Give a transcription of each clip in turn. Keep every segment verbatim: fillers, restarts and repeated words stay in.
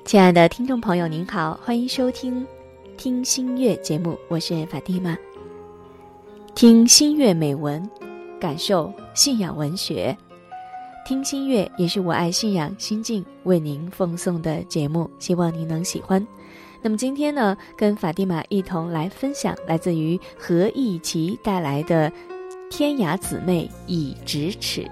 亲爱的听众朋友您好，欢迎收听听心悦节目，我是法蒂玛。听心悦美文，感受信仰文学。听心悦也是我爱信仰心境为您奉送的节目，希望您能喜欢。那么今天呢，跟法蒂玛一同来分享来自于何义奇带来的天涯姊妹已咫尺。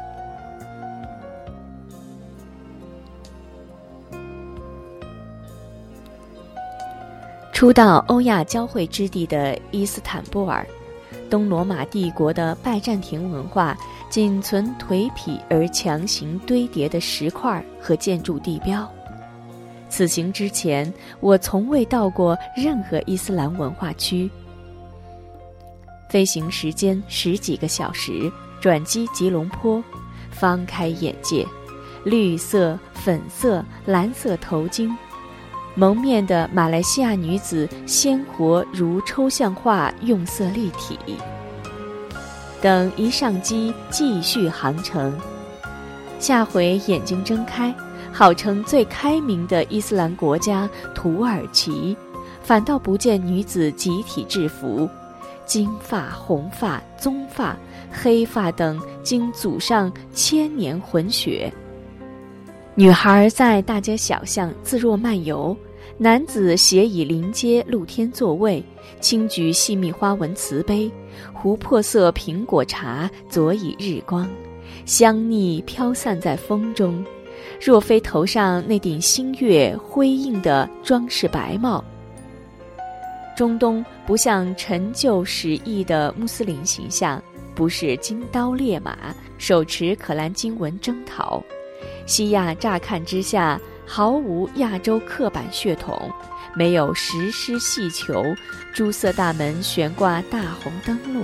初到欧亚交汇之地的伊斯坦布尔，东罗马帝国的拜占庭文化仅存颓圮而强行堆叠的石块和建筑地标。此行之前，我从未到过任何伊斯兰文化区。飞行时间十几个小时，转机吉隆坡，方开眼界。绿色、粉色、蓝色头巾，蒙面的马来西亚女子鲜活如抽象画，用色立体。等一上机，继续航程。下回眼睛睁开，号称最开明的伊斯兰国家土耳其，反倒不见女子集体制服，金发、红发、棕发、黑发等经祖上千年混血。女孩在大街小巷自若漫游，男子斜倚临街露天座位，轻举细密花纹瓷杯，琥珀色苹果茶佐以日光，香腻飘散在风中。若非头上那顶星月辉映的装饰白帽，中东不像陈旧史意的穆斯林形象，不是金刀烈马，手持可兰经文征讨。西亚乍看之下毫无亚洲刻板血统，没有石狮细球，朱色大门悬挂大红灯笼。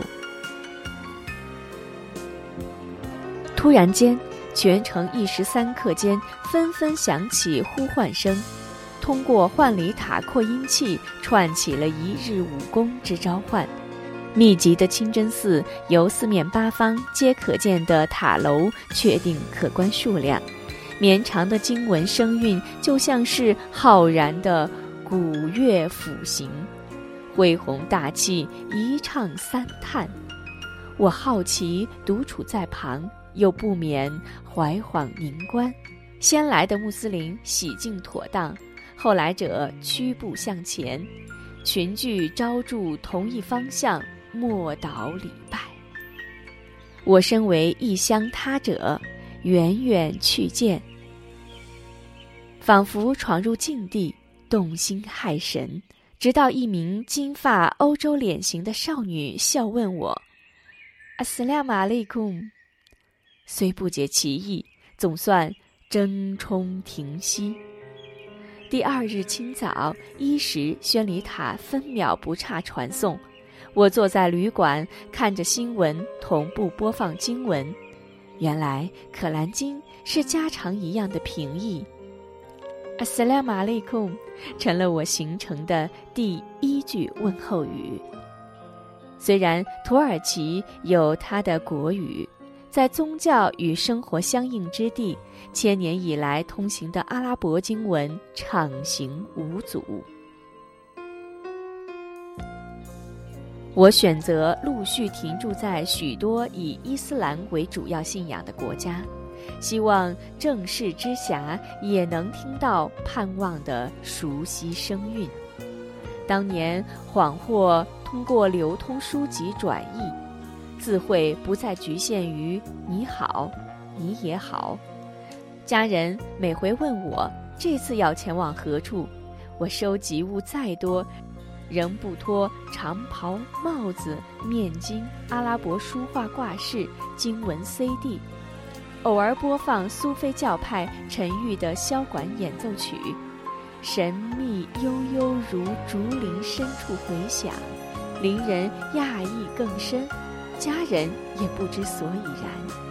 突然间，全城一时三刻间纷纷响起呼唤声，通过幻里塔扩音器串起了一日武功之召唤。密集的清真寺由四面八方皆可见的塔楼确定可观数量，绵长的经文声韵就像是浩然的古乐抚行，恢宏大气，一唱三叹。我好奇独处在旁，又不免怀恍凝观。先来的穆斯林洗净妥当，后来者屈步向前，群聚招住同一方向，默祷礼拜。我身为异乡他者，远远去见，仿佛闯入禁地，动心骇神。直到一名金发欧洲脸型的少女笑问我：阿斯拉马利库，虽不解其意，总算争冲停息。第二日清早，伊什宣礼塔分秒不差传送。我坐在旅馆，看着新闻同步播放经文。原来可兰经是家常一样的平易。阿斯拉马利库成了我行程的第一句问候语。虽然土耳其有它的国语，在宗教与生活相应之地，千年以来通行的阿拉伯经文畅行无阻。我选择陆续停驻在许多以伊斯兰为主要信仰的国家，希望正视之暇也能听到盼望的熟悉声韵。当年恍获通过流通书籍转译，字汇不再局限于你好，你也好。家人每回问我这次要前往何处，我收集物再多，仍不脱长袍、帽子、面巾、阿拉伯书画挂饰、经文 C D， 偶尔播放苏菲教派陈玉的箫管演奏曲，神秘悠悠如竹林深处回响，令人讶异更深，家人也不知所以然。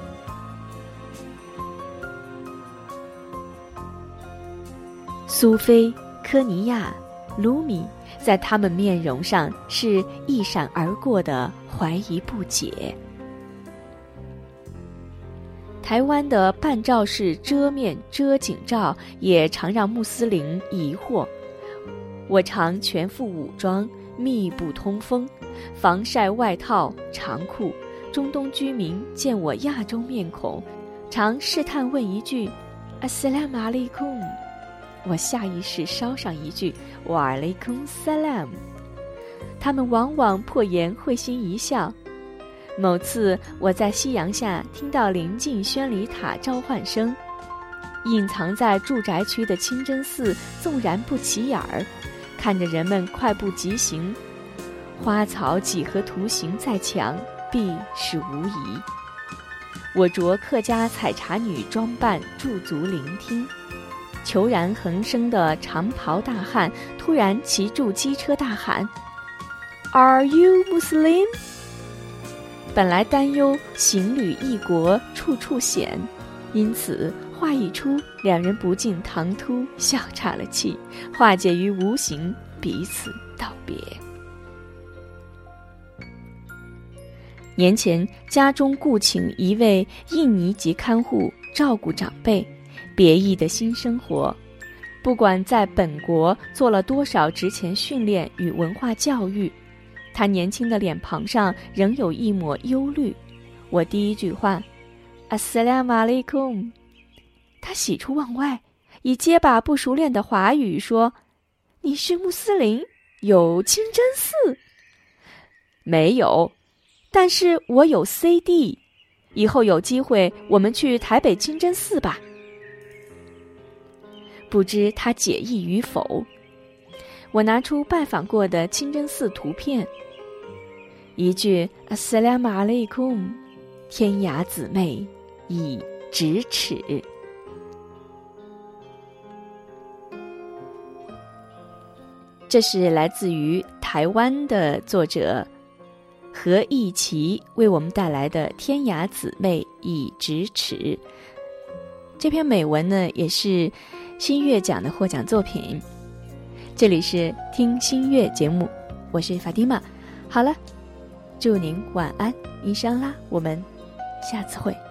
苏菲、科尼亚、卢米在他们面容上是一闪而过的怀疑不解。 台湾的半罩式遮面遮颈罩也常让穆斯林疑惑。我常全副武装，密不通风，防晒外套、长裤。中东居民见我亚洲面孔，常试探问一句阿斯拉马利库，我下意识捎上一句瓦雷孔萨拉姆，他们往往破颜会心一笑。某次我在夕阳下听到临近宣礼塔召唤声，隐藏在住宅区的清真寺纵然不起眼儿，看着人们快步疾行，花草几何图形在墙必是无疑。我着客家采茶女装扮驻足聆听，虬髯横生的长袍大汉突然骑住机车大喊 Are you Muslim？ 本来担忧行旅异国处处险，因此话一出，两人不禁唐突笑岔了气，化解于无形，彼此道别。年前家中雇请一位印尼籍看护照顾长辈，别异的新生活，不管在本国做了多少职前训练与文化教育，他年轻的脸庞上仍有一抹忧虑。我第一句话阿斯拉马利库，他喜出望外，以结巴不熟练的华语说，你是穆斯林，有清真寺？没有，但是我有 C D， 以后有机会我们去台北清真寺吧。不知他解意与否，我拿出拜访过的清真寺图片，一句阿斯拉马利库，天涯姊妹已咫尺。这是来自于台湾的作者何义奇为我们带来的《天涯姊妹已咫尺》。这篇美文呢，也是新月奖的获奖作品。这里是听新月节目，我是法蒂玛。好了，祝您晚安，伊莎拉，我们下次会。